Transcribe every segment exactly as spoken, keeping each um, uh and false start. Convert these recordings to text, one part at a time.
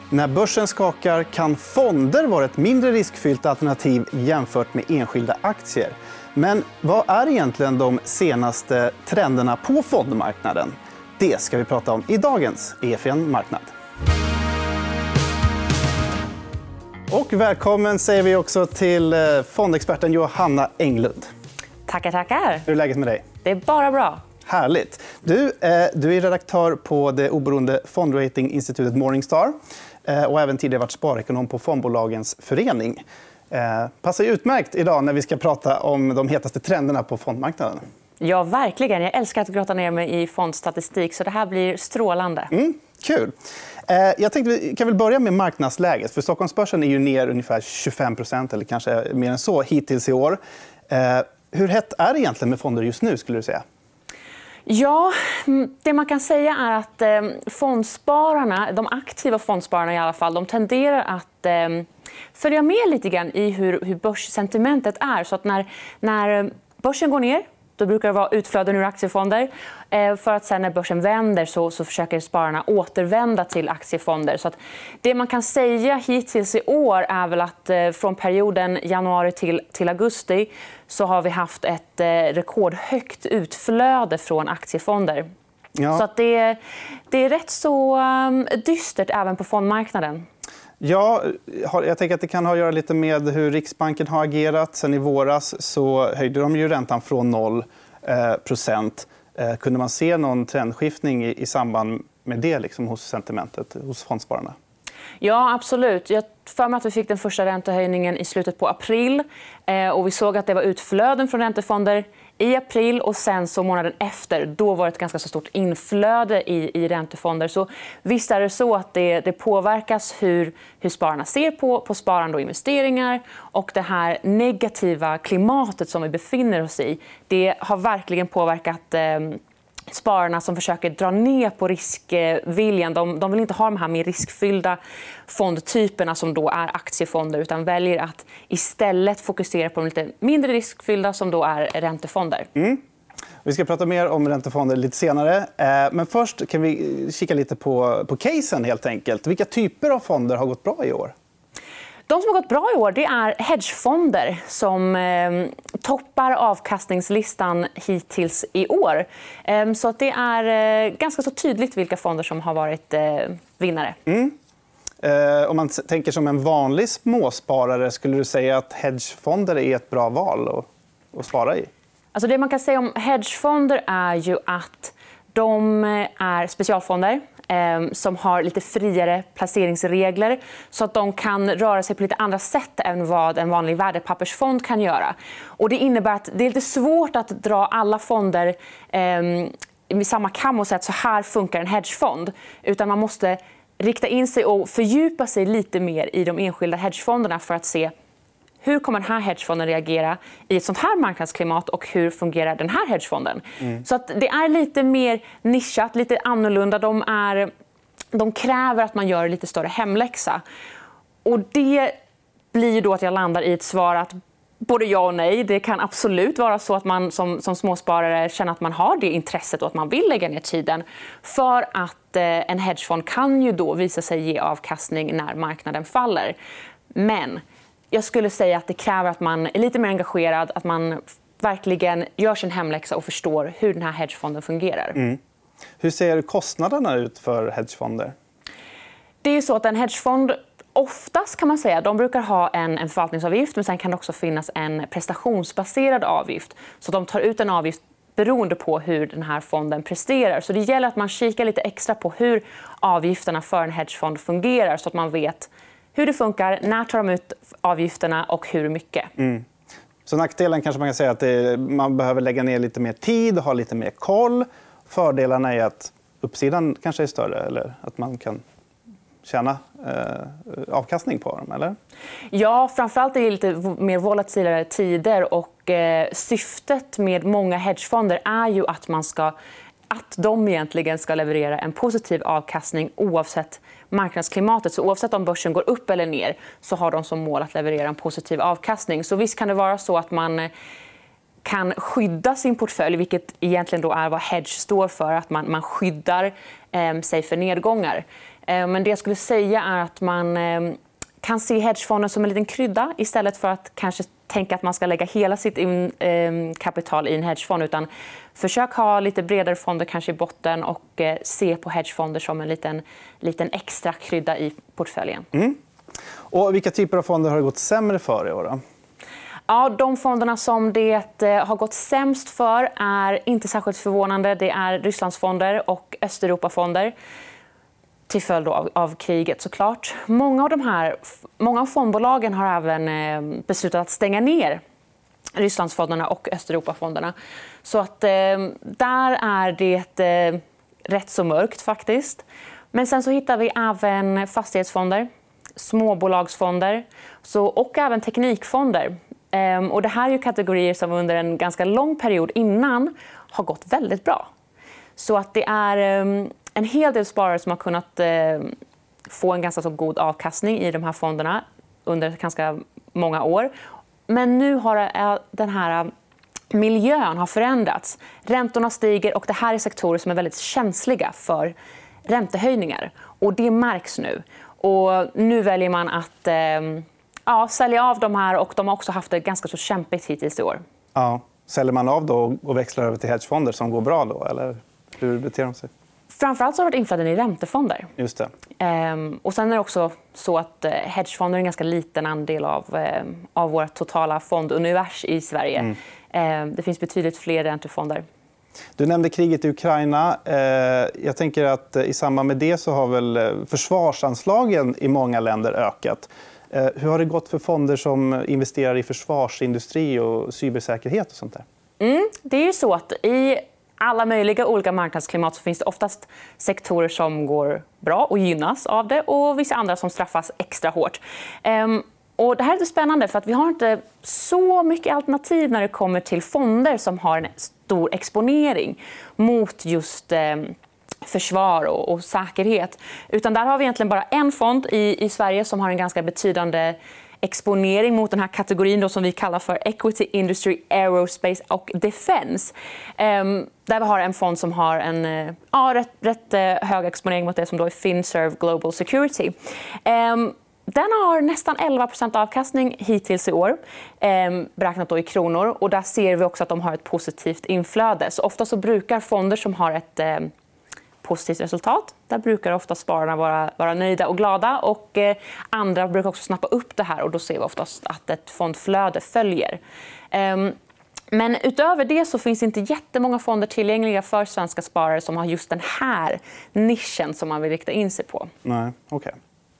När börsen skakar kan fonder vara ett mindre riskfyllt alternativ jämfört med enskilda aktier. Men vad är egentligen de senaste trenderna på fondmarknaden? Det ska vi prata om i dagens E F N Marknad. Och välkommen säger vi också till fondexperten Johanna Englund. Tackar, tackar. Hur är läget med dig? Det är bara bra. Härligt. Du, eh, du är redaktör på det oberoende fondratinginstitutet Morningstar eh, och även tidigare varit sparekonom på Fondbolagens förening. Eh, passar utmärkt idag när vi ska prata om de hetaste trenderna på fondmarknaden. Ja, verkligen. Jag älskar att grotta ner mig i fondstatistik, så det här blir strålande. Mm, kul. Eh, jag tänkte vi kan väl börja med marknadsläget. För Stockholmsbörsen är ju ner ungefär tjugofem procent eller kanske mer än så hittills i år. Eh, hur hett är det egentligen med fonder just nu, skulle du säga? Ja, det man kan säga är att eh, fondspararna, de aktiva fondspararna i alla fall, de tenderar att eh, följa med lite grann i hur, hur börssentimentet är. Så att när, när börsen går ner, då brukar det vara utflöden ur aktiefonder. Eh, för att sen när börsen vänder så, så försöker spararna återvända till aktiefonder. Så att det man kan säga hittills i år är väl att eh, från perioden januari till, till augusti så har vi haft ett eh, rekordhögt utflöde från aktiefonder. Ja. Så att det, det är rätt så um, dystert även på fondmarknaden. Ja, jag tänker att det kan ha att göra lite med hur Riksbanken har agerat. Sen i våras så höjde de ju räntan från noll procent. Kunde man se någon trendskiftning i samband med det liksom, hos sentimentet, hos fondspararna? Ja, absolut. Jag för mig att vi fick den första räntehöjningen i slutet på april. Och vi såg att det var utflöden från räntefonder i april, och sen så månaden efter då var det ett ganska så stort inflöde i, i räntefonder. Så visst är det så att det, det påverkas hur, hur spararna ser på, på sparande och investeringar. Och det här negativa klimatet som vi befinner oss i, det har verkligen påverkat eh, spararna som försöker dra ner på riskviljan. De, de vill inte ha de här mer riskfyllda fondtyperna som då är aktiefonder, utan väljer att istället fokusera på de lite mindre riskfyllda som då är räntefonder. Mm. Vi ska prata mer om räntefonder lite senare. Men först kan vi kika lite på, på casen helt enkelt. Vilka typer av fonder har gått bra i år? De som har gått bra i år det är hedgefonder som eh, toppar avkastningslistan hittills i år. Eh, så att det är eh, ganska så tydligt vilka fonder som har varit eh, vinnare. Mm. Eh, om man tänker som en vanlig småsparare, skulle du säga att hedgefonder är ett bra val att, att spara i? Alltså det man kan säga om hedgefonder är ju att de är specialfonder som har lite friare placeringsregler så att de kan röra sig på lite andra sätt än vad en vanlig värdepappersfond kan göra. Och det innebär att det är lite svårt att dra alla fonder eh, med samma kam och säga att så här funkar en hedgefond. Utan man måste rikta in sig och fördjupa sig lite mer i de enskilda hedgefonderna för att se hur kommer den här hedgefonden reagera i ett sånt här marknadsklimat och hur fungerar den här hedgefonden? Mm. Så att det är lite mer nischat, lite annorlunda. De, är, de kräver att man gör lite större hemläxa. Och det blir då att jag landar i ett svar att både ja och nej. Det kan absolut vara så att man som, som småsparare känner att man har det intresset och att man vill lägga ner tiden. För att eh, en hedgefond kan ju då visa sig ge avkastning när marknaden faller. Men jag skulle säga att det kräver att man är lite mer engagerad, att man verkligen gör sin hemläxa och förstår hur den här hedgefonden fungerar. Mm. Hur ser kostnaderna ut för hedgefonder? Det är så att en hedgefond oftast kan man säga, de brukar ha en, en förvaltningsavgift, men sen kan det också finnas en prestationsbaserad avgift. Så de tar ut en avgift beroende på hur den här fonden presterar. Så det gäller att man kikar lite extra på hur avgifterna för en hedgefond fungerar så att man vet hur det funkar, när tar de ut avgifterna och hur mycket. Mm. Så nackdelen kanske man kan säga att det, man behöver lägga ner lite mer tid och ha lite mer koll. Fördelarna är att uppsidan kanske är större eller att man kan tjäna eh, avkastning på dem, eller? Ja, framförallt är det lite mer volatilare tider och eh, syftet med många hedgefonder är ju att man ska att de egentligen ska leverera en positiv avkastning oavsett marknadsklimatet. Så oavsett om börsen går upp eller ner så har de som mål att leverera en positiv avkastning. Så visst kan det vara så att man kan skydda sin portfölj, vilket egentligen då är vad hedge står för, att man, man skyddar eh, sig för nedgångar. Men det jag skulle säga är att man kan se hedgefonder som en liten krydda istället för att kanske tänka att man ska lägga hela sitt in, eh, kapital i en hedgefond. Utan försök ha lite bredare fonder kanske i botten och eh, se på hedgefonder som en liten, liten extra krydda i portföljen. Mm. Och vilka typer av fonder har det gått sämre för i år då? Ja, de fonderna som det eh, har gått sämst för är inte särskilt förvånande. Det är Rysslandsfonder och Östeuropafonder. Till följd av, av kriget såklart. Många av, de här, många av fondbolagen har även eh, beslutat att stänga ner Rysslandsfonderna och Östeuropafonderna. Så att eh, där är det eh, rätt så mörkt faktiskt. Men sen så hittar vi även fastighetsfonder, småbolagsfonder så, och även teknikfonder. Eh, och det här är ju kategorier som under en ganska lång period innan har gått väldigt bra. Så att det är eh, en hel del sparare som har kunnat eh, få en ganska så god avkastning i de här fonderna under ganska många år. Men nu har eh, den här miljön har förändrats. Räntorna stiger och det här är sektorer som är väldigt känsliga för räntehöjningar. Och det märks nu. Och nu väljer man att eh, ja, sälja av de här och de har också haft det ganska så kämpigt hittills i år. Ja. Säljer man av då och växlar över till hedgefonder som går bra då? Eller hur beter de sig? Framförallt så har det varit inflöden i räntefonder. Just det. Ehm, och sen är det också så att hedgefonder är en ganska liten andel av, eh, av vårt totala fondunivers i Sverige. Mm. Ehm, det finns betydligt fler räntefonder. Du nämnde kriget i Ukraina. Jag tänker att i samband med det så har väl försvarsanslagen i många länder ökat. Hur har det gått för fonder som investerar i försvarsindustri och cybersäkerhet och sånt där? Mm, det är ju så att i alla möjliga olika marknadsklimat så finns det oftast sektorer som går bra och gynnas av det och vissa andra som straffas extra hårt. Um, och det här är lite spännande för att vi har inte så mycket alternativ när det kommer till fonder som har en stor exponering mot just um, försvar och, och säkerhet. Utan där har vi egentligen bara en fond i, i Sverige som har en ganska betydande exponering mot den här kategorin då som vi kallar för Equity Industry, Aerospace och Defense. Um, där vi har en fond som har en uh, ja, rätt, rätt uh, hög exponering mot det som då är Finserv Global Security. Um, den har nästan elva procent avkastning hittills i år, um, beräknat då i kronor. Och där ser vi också att de har ett positivt inflöde. Så ofta så brukar fonder som har ett um, positivt resultat. Där brukar ofta spararna vara, vara nöjda och glada. Och eh, andra brukar också snappa upp det här. Och då ser vi oftast att ett fondflöde följer. Um, men utöver det så finns inte jättemånga fonder tillgängliga för svenska sparare som har just den här nischen som man vill rikta in sig på. Nej, okej.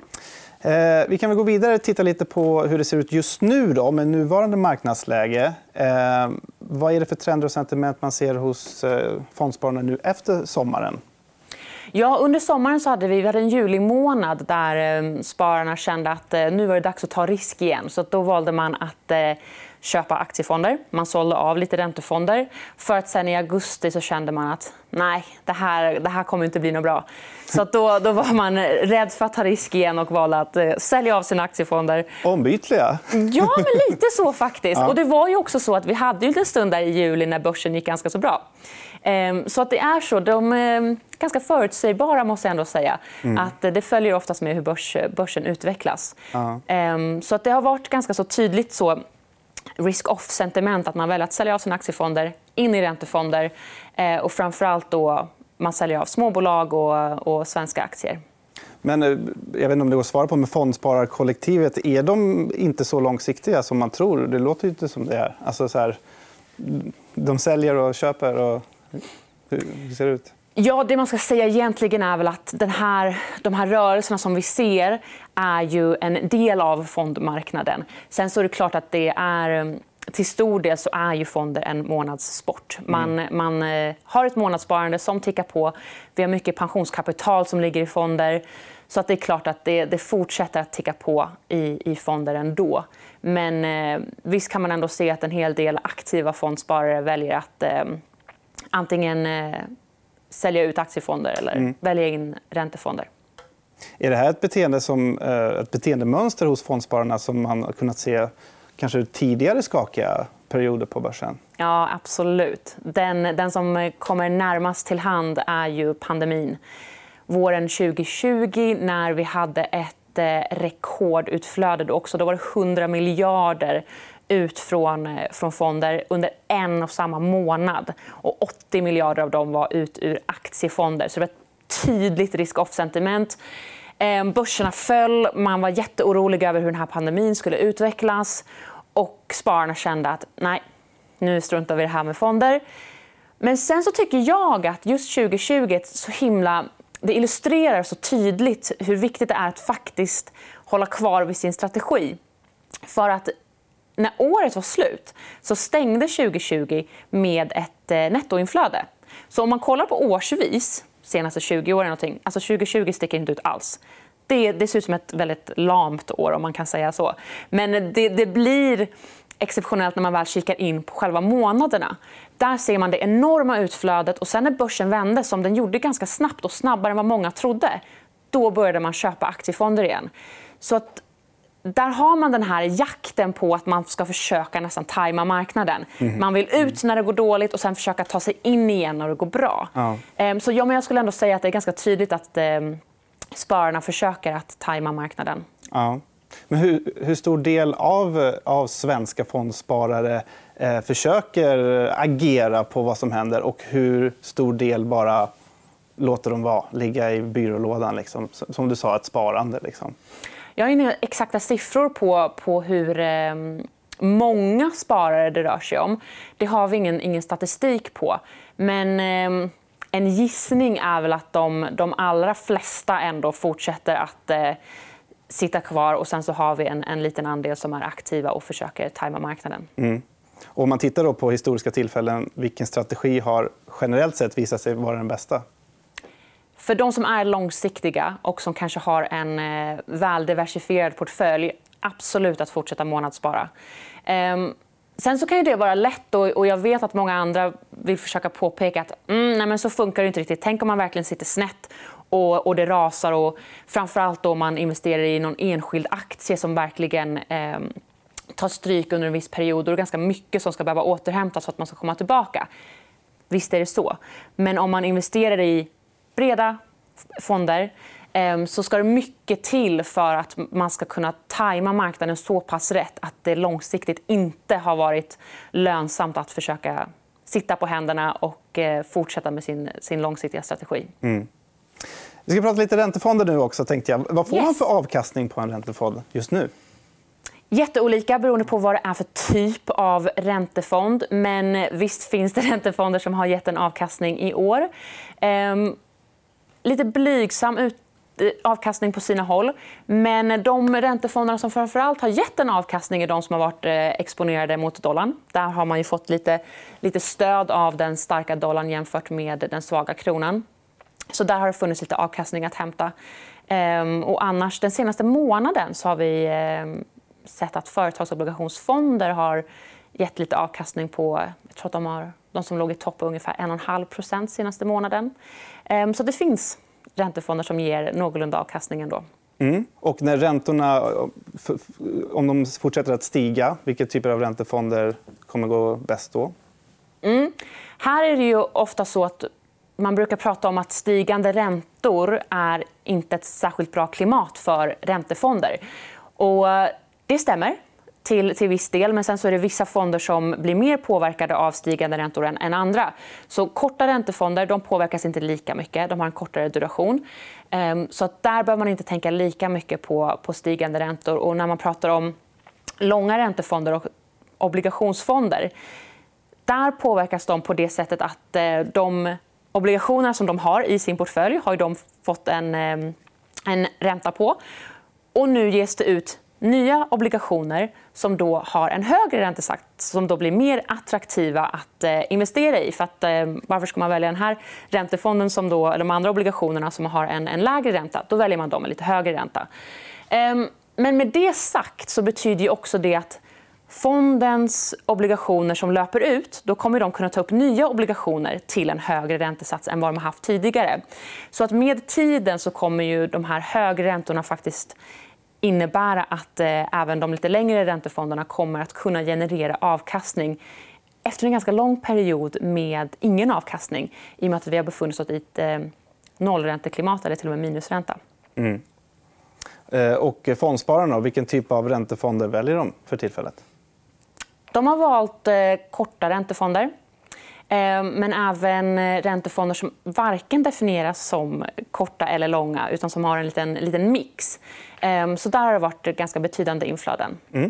Eh, vi kan väl gå vidare och titta lite på hur det ser ut just nu då, med nuvarande marknadsläge. Eh, vad är det för trender och sentiment man ser hos eh, fondspararna nu efter sommaren? Ja, under sommaren så hade vi, vi hade en julimånad där eh, spararna kände att eh, nu var det dags att ta risk igen. Så att då valde man att eh, köpa aktiefonder. Man sålde av lite räntefonder. För att sen i augusti så kände man att nej, det här, det här kommer inte bli något bra. Så att då, då var man rädd för att ta risk igen och valde att eh, sälja av sina aktiefonder. Ombytliga? Ja, men lite så faktiskt. Ja. Och det var ju också så att vi hade ju en stund där i juli när börsen gick ganska så bra. Ehm, så att det är så. De är ganska förutsägbara måste jag ändå säga. Mm. Att det följer oftast med hur börs, börsen utvecklas. Ja. Ehm, så att det har varit ganska så tydligt så risk-off-sentiment att man väljer att sälja av sina aktiefonder in i räntefonder eh, och framförallt då man säljer av småbolag och, och svenska aktier. Men jag vet inte om det går att svara på med fondspararkollektivet. Är de inte så långsiktiga som man tror? Det låter ju inte som det är. Alltså så här, de säljer och köper. Och... Hur ser det ut? Ja, det man ska säga egentligen är väl att den här, de här rörelserna som vi ser är ju en del av fondmarknaden. Sen så är det klart att det är, till stor del så är ju fonder en månadssport. Man, mm. man har ett månadssparande som tickar på. Vi har mycket pensionskapital som ligger i fonder. Så att det är klart att det, det fortsätter att ticka på i, i fonder ändå. Men eh, visst kan man ändå se att en hel del aktiva fondsparare väljer att eh, antingen eh, sälja ut aktiefonder eller mm. välja in räntefonder. Är det här ett, beteende som, ett beteendemönster hos fondspararna som man har kunnat se kanske tidigare skakiga perioder på börsen? Ja, absolut. Den, den som kommer närmast till hand är ju pandemin. våren tjugo tjugo när vi hade ett eh, rekordutflöde. Då, också. Då var det hundra miljarder ut från, eh, från fonder under en och samma månad. Och åttio miljarder av dem var ut ur aktiefonder. Så det var ett tydligt risk-off-sentiment. Eh, börserna föll, man var jätteorolig över hur den här pandemin skulle utvecklas. Och spararna kände att nej, nu struntar vi det här med fonder. Men sen så tycker jag att just tjugo tjugo så himla, det illustrerar så tydligt hur viktigt det är att faktiskt hålla kvar vid sin strategi. För att när året var slut så stängde tjugo tjugo med ett nettoinflöde. Så om man kollar på årsvis, senaste tjugo åren någonting, alltså tjugo tjugo sticker inte ut alls. Det, det ser ut som ett väldigt lamt år om man kan säga så. Men det, det blir exceptionellt när man väl kikar in på själva månaderna. Där ser man det enorma utflödet och sen när börsen vände, som den gjorde ganska snabbt och snabbare än vad många trodde, då började man köpa aktiefonder igen. Så att där har man den här jakten på att man ska försöka nästan tajma marknaden. Mm. Man vill ut när det går dåligt och sen försöka ta sig in igen när det går bra. Ja. Så ja, men jag skulle ändå säga att det är ganska tydligt att eh, spararna försöker att tajma marknaden. Ja. Men hur, hur stor del av, av svenska fondsparare eh, försöker agera på vad som händer och hur stor del bara låter dem vara, ligga i byrålådan? Liksom, som du sa, ett sparande. Liksom. Jag har inga exakta siffror på, på hur eh, många sparare det rör sig om. Det har vi ingen, ingen statistik på. Men eh, en gissning är väl att de, de allra flesta ändå fortsätter att eh, sitta kvar. Och sen så har vi en, en liten andel som är aktiva och försöker tajma marknaden. Mm. Och om man tittar då på historiska tillfällen, vilken strategi har generellt sett visat sig vara den bästa? För de som är långsiktiga och som kanske har en eh, väldiversifierad portfölj, absolut att fortsätta månadsspara. Ehm, sen så kan ju det vara lätt och, och jag vet att många andra vill försöka påpeka att mm, nej, men så funkar det inte riktigt. Tänk om man verkligen sitter snett och, och det rasar och framförallt om man investerar i någon enskild aktie som verkligen eh, tar stryk under en viss period och det är ganska mycket som ska behöva återhämtas för att man ska komma tillbaka. Visst är det så. Men om man investerar i breda fonder så ska det mycket till för att man ska kunna tajma marknaden så pass rätt att det långsiktigt inte har varit lönsamt att försöka sitta på händerna och fortsätta med sin, sin långsiktiga strategi. Mm. Vi ska prata lite räntefonder nu också, tänkte jag. Vad får yes. man för avkastning på en räntefond just nu? Jätteolika beroende på vad det är för typ av räntefond. Men visst finns det räntefonder som har gett en avkastning i år. Ehm, lite blygsam ut, avkastning på sina håll. Men de räntefonderna som framförallt har gett en avkastning är de som har varit exponerade mot dollarn. Där har man ju fått lite, lite stöd av den starka dollarn jämfört med den svaga kronan. Så där har det funnits lite avkastning att hämta. Ehm, och annars, den senaste månaden så har vi ehm, sett att företagsobligationsfonder har gett lite avkastning på, jag tror att de, har, de som låg i topp ungefär en komma fem procent senaste månaden. Ehm, så det finns räntefonder som ger någorlunda avkastning ändå. Mm. Och när räntorna, om de fortsätter att stiga, vilka typer av räntefonder kommer gå bäst då? Mm. Här är det ju ofta så att man brukar prata om att stigande räntor är inte ett särskilt bra klimat för räntefonder. Och det stämmer till, till viss del, men sen så är det vissa fonder som blir mer påverkade av stigande räntor än, än andra. Så korta räntefonder de påverkas inte lika mycket, de har en kortare duration. Um, så att där behöver man inte tänka lika mycket på, på stigande räntor. Och när man pratar om långa räntefonder och obligationsfonder, där påverkas de på det sättet att eh, de obligationer som de har i sin portfölj har de fått en, en ränta på. Och nu ges det ut nya obligationer som då har en högre räntesats som då blir mer attraktiva att investera i. För att, varför ska man välja den här räntefonden som då, eller de andra obligationerna som har en, en lägre ränta? Då väljer man dem med lite högre ränta. Men med det sagt så betyder ju också det att fondens obligationer som löper ut, då kommer de kunna ta upp nya obligationer till en högre räntesats än vad de har haft tidigare. Så att med tiden så kommer ju de här högre räntorna faktiskt innebära att eh, även de lite längre räntefonderna kommer att kunna generera avkastning efter en ganska lång period med ingen avkastning i och med att vi har befunnit oss i ett, eh, nollränteklimat eller till och med minusränta. Mm. Och fondspararna, vilken typ av räntefonder väljer de för tillfället? De har valt korta räntefonder. Men även räntefonder som varken definieras som korta eller långa utan som har en liten, liten mix. Så där har det varit ganska betydande inflöden. Mm.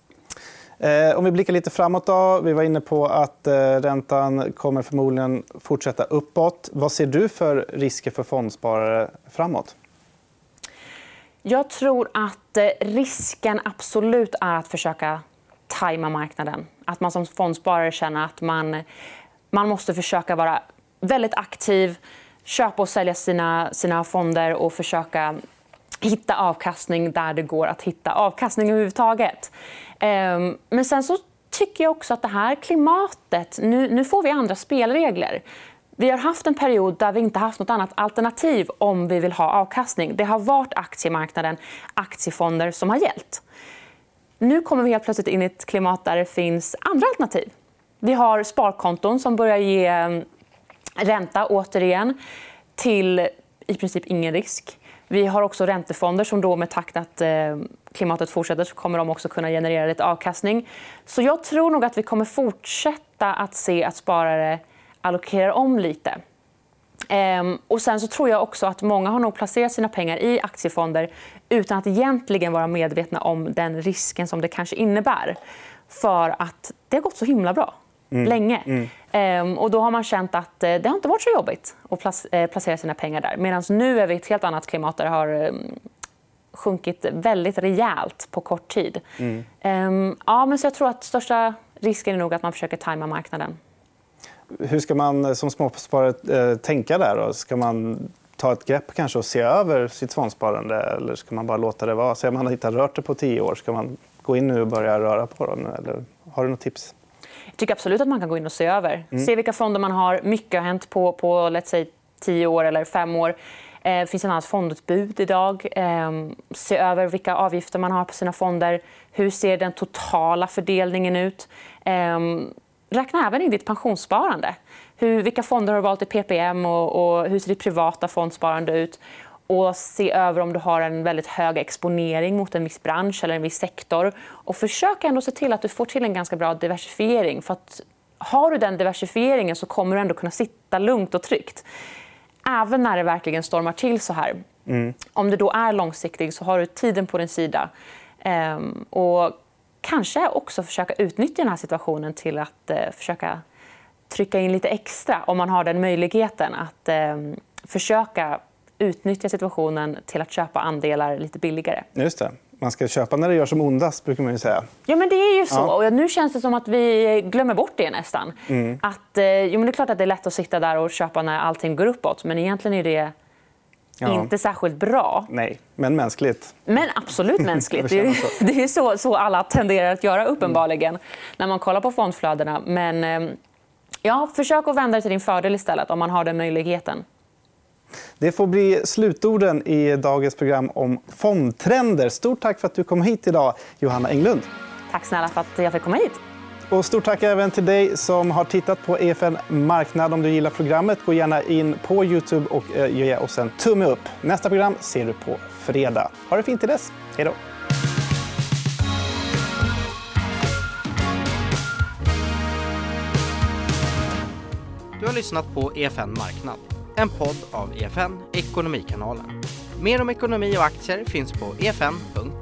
Om vi blickar lite framåt då. Vi var inne på att räntan kommer förmodligen fortsätta uppåt. Vad ser du för risker för fondsparare framåt? Jag tror att risken absolut är att försöka tajma marknaden. Att man som fondsparare känner att man, man måste försöka vara väldigt aktiv, köpa och sälja sina, sina fonder och försöka hitta avkastning där det går att hitta avkastning överhuvudtaget. Men sen så tycker jag också att det här klimatet, nu, nu får vi andra spelregler. Vi har haft en period där vi inte haft något annat alternativ om vi vill ha avkastning. Det har varit aktiemarknaden, aktiefonder som har gällt. Nu kommer vi helt plötsligt in i ett klimat där det finns andra alternativ. Vi har sparkonton som börjar ge ränta återigen till i princip ingen risk. Vi har också räntefonder som då med takt att klimatet fortsätter så kommer de också kunna generera lite avkastning. Så jag tror nog att vi kommer fortsätta att se att sparare allokerar om lite. Och sen så tror jag också att många har nog placerat sina pengar i aktiefonder utan att egentligen vara medvetna om den risken som det kanske innebär. För att det har gått så himla bra. Mm. Länge. Mm. Och då har man känt att det har inte varit så jobbigt att placera sina pengar där. Medan nu är vi i ett helt annat klimat där det har sjunkit väldigt rejält på kort tid. Mm. Ja, men så jag tror att största risken är nog att man försöker tajma marknaden. Hur ska man som småsparare tänka där då? Ska man ta ett grepp kanske och se över sitt fondsparande eller ska man bara låta det vara? Säg man har hittat rört det på tio år, ska man gå in nu och börja röra på det? Eller har du något tips? Jag tycker absolut att man kan gå in och se över. Mm. Se vilka fonder man har. Mycket har hänt på, på let's say, tio år eller fem år. Det eh, finns en annat fondutbud idag. Eh, se över vilka avgifter man har på sina fonder. Hur ser den totala fördelningen ut? Eh, räkna även in ditt pensionssparande. Hur, vilka fonder har du valt i P P M och, och hur ser ditt privata fondsparande ut? Och se över om du har en väldigt hög exponering mot en viss bransch eller en viss sektor. Och försök ändå se till att du får till en ganska bra diversifiering. För att har du den diversifieringen så kommer du ändå kunna sitta lugnt och tryggt. Även när det verkligen stormar till så här. Mm. Om det då är långsiktigt så har du tiden på din sida. Ehm, och kanske också försöka utnyttja den här situationen till att eh, försöka trycka in lite extra. Om man har den möjligheten att eh, försöka utnyttja situationen till att köpa andelar lite billigare. Just det. Man ska köpa när det gör som ondast, brukar man ju säga. Ja, men det är ju så. Ja. Och nu känns det som att vi glömmer bort det nästan. Mm. Att, eh, jo, men det är klart att det är lätt att sitta där och köpa när allting går uppåt. Men egentligen är det ja. inte särskilt bra. Nej, men mänskligt. Men absolut mänskligt. det är, det är så, så alla tenderar att göra uppenbarligen mm. när man kollar på fondflödena. Men eh, ja, försök att vända det till din fördel istället om man har den möjligheten. Det får bli slutorden i dagens program om fondtrender. Stort tack för att du kom hit idag, Johanna Englund. Tack snälla för att jag fick komma hit. Och stort tack även till dig som har tittat på E F N Marknad. Om du gillar programmet, gå gärna in på YouTube och ge oss en tumme upp. Nästa program ser du på fredag. Ha det fint till dess. Hej då. Du har lyssnat på E F N Marknad. En podd av E F N, Ekonomikanalen. Mer om ekonomi och aktier finns på e f n punkt